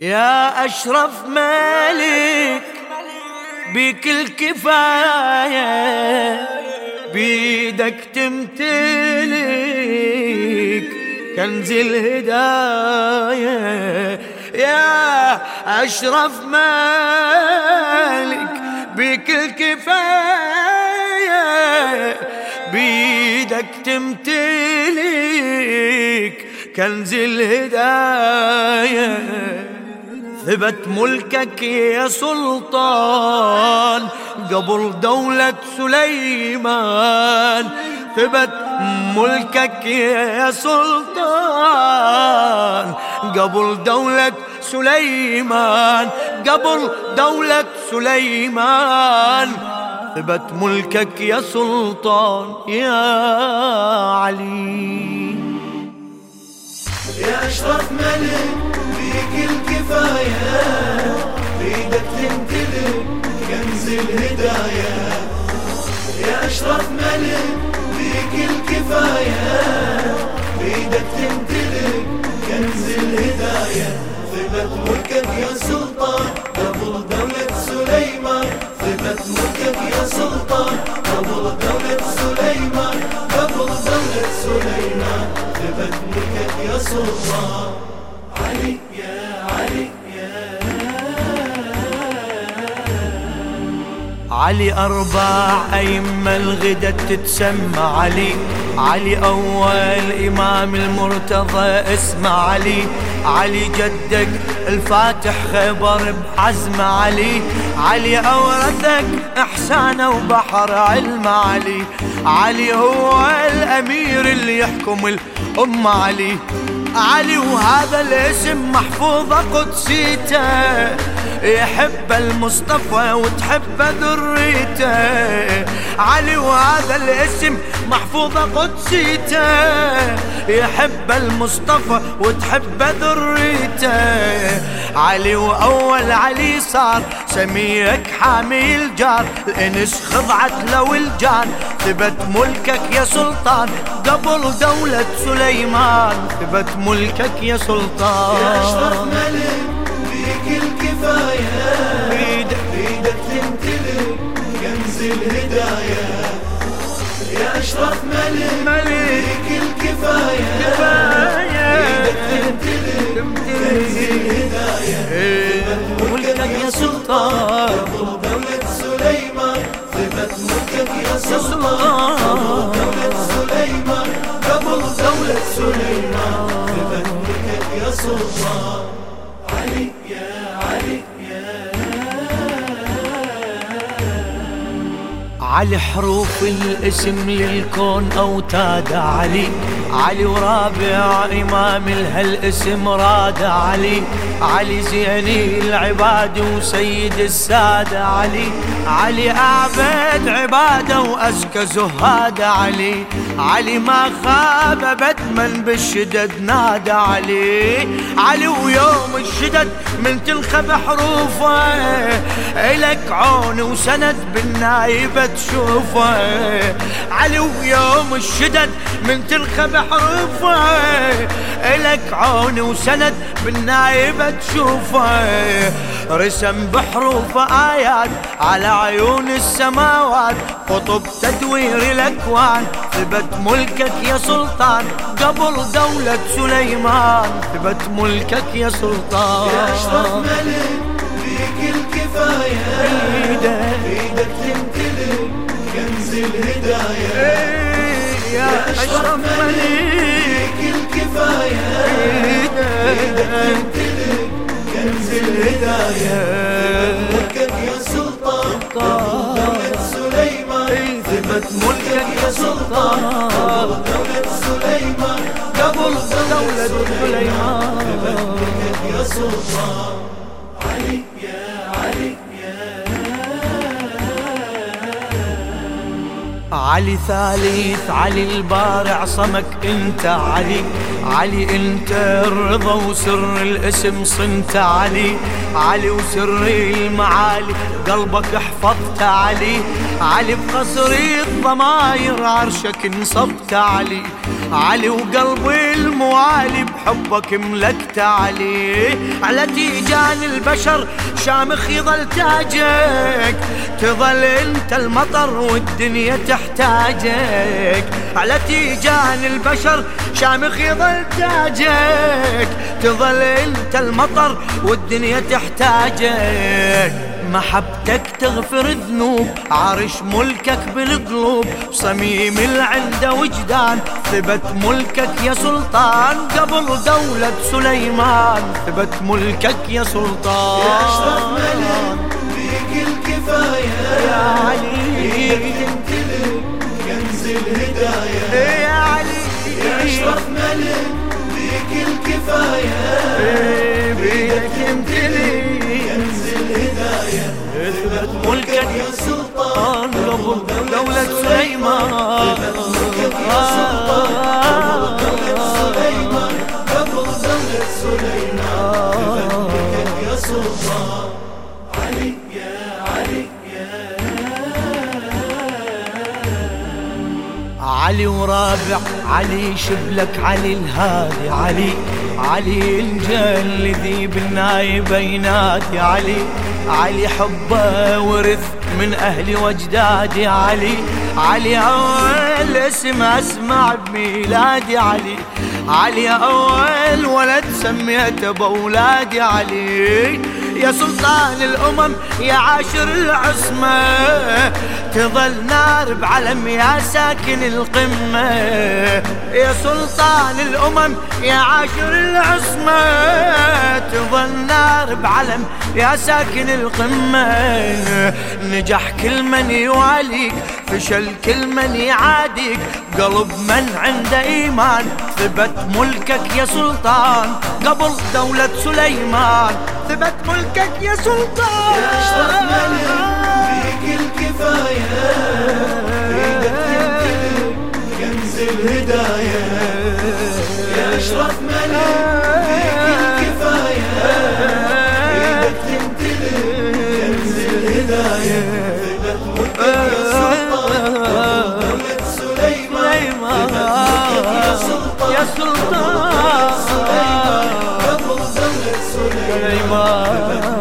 يا أشرف ملك بك الكفاية، بيدك تمتلك كنز الهداية. يا أشرف ملك بك الكفاية، بيدك تمتلك كنز الهداية. ثبت ملكك يا سلطان قبل دولة سليمان، ثبت ملكك يا سلطان قبل دولة سليمان، قبل دولة سليمان. ثبت ملكك يا سلطان يا علي. يا أشرف ملك بيك الكفاية، بيدك تمتلك كنز الهداية. يا أشرف ملك بيك الكفاية، بيدك تمتلك كنز الهداية. ثبت ملكك يا سلطان قبل دولة سليمان، ثبت ملكك يا سلطان قبل دولة سليمان، قبل دولة سليمان. ثبت ملكك يا سلطان علي يا علي يا علي. أربع أئمة الغدا تتسمى علي، علي أول إمام المرتضى اسمه علي، علي جدك الفاتح خيبر بعزم علي، علي أورثك إحسانه وبحر علم علي، علي هو الأمير اللي يحكم الأمة علي، علي وهذا الاسم محفوظة قدسيته، يحب المصطفى وتحب ذريته، علي وهذا الاسم محفوظة قدسيته، يحب المصطفى وتحب ذريته، علي وأول علي صار سميك حامي الجار، الإنس خضعت له الجان. ثبت ملكك يا سلطان قبل دولة سليمان، ثبت ملكك يا سلطان. يا أشرف ملك بيك الكفاية، بيدك تمتلك كنز الهداية. يا أشرف ملك بيك الكفاية، بيدك تمتلك كنز الهداية. ملكك يا سلطان قبل دولة سليمان، ثبت ملكك يا سلطان قبل دولة سليمان، قبل دولة سليمان. ثبت ملكك يا سلطان علي يا علي يا علي. حروف الاسم للكون أوتاد علي، علي ورابع إمام لهالاسم راد علي، علي زيني العباد وسيد السادة علي، علي أعبد عباده وأزكى زهاد علي، علي ما خاب أبد من بالشدد نادى علي، علي ويوم الشدد من تنخب حروفه، إلك عون وسند بالنايبة تشوفه، علي ويوم الشدد من تنخب حروفه، إلك عون وسند بالنايبة تشوفه، رسم بحروف آيات على عيون السماوات، قطب تدوير الأكوان. ثبت ملكك يا سلطان قبل دولة سليمان، ثبت ملكك يا سلطان. يا أشرف ملك بيك الكفاية، بيدك تمتلك كنز الهداية. يا أشرف ملك بيك الكفاية، بيدك تمتلك كنز الهداية. ملكك يا سلطان قبل دولة سليمان، ثبت ملكك يا سلطان قبل دولة سليمان، قبل دولة سليمان. ثبت ملكك يا سلطان علي يا علي يا علي ثالث، علي البارع صمك انت علي، علي انت الرضا وسر الاسم صنت علي، علي وسر المعالي قلبك حفظت علي، علي بقصر الضماير عرشك انصبت علي، علي وقلبي الموالي بحبك ملكت عليه، على تيجان البشر شامخ يظل تاجك، تظل انت المطر والدنيا تحتاجك، على تيجان البشر شامخ يظل تاجك، تظل انت المطر والدنيا تحتاجك، محبتك تغفر ذنوب، عرش ملكك بالقلوب، صميم العنده وجدان، ثبت ملكك يا سلطان، قبل دولة سليمان ثبت ملكك يا سلطان. يا أشرف ملك بيك الكفاية، يا علي تمتلك كنز الهداية، يا علي يا أشرف ملك بيك الكفاية، بيك تمتلك كنز الهداية، ثبت ملكك يا سلطان، قبل دولة سليمان، يا سلطان، دولة سليمان، قبل دولة سليمان، ثبت يا سلطان. علي يا علي علي ورابع علي شبلك، علي الهادي، علي علي الجل الذي بالنايب ينادي، علي علي حبه ورث من أهلي واجدادي، علي علي أول اسم أسمع بميلادي، علي علي أول ولد سميته بأولادي، علي يا سلطان الأمم يا عاشر العصمة، تظل نار بعلم يا ساكن القمة، يا سلطان الأمم يا عاشر العصمة، تظل نار بعلم يا ساكن القمة، نجح كل من يواليك، فشل كل من يعاديك، قلب من عنده إيمان، ثبت ملكك يا سلطان، قبل دولة سليمان ثبت ملكك يا سلطان. يا أشرف ملك بيك الكفاية، بيدك تمتلك كنز الهداية، يا أشرف ملك بيك الكفاية، بيدك تمتلك كنز الهداية، ثبت ملكك يا سلطان، دولة سليمان، ثبت ملكك يا سلطان، يا سلطان قبل دولة سليمان، سليمان.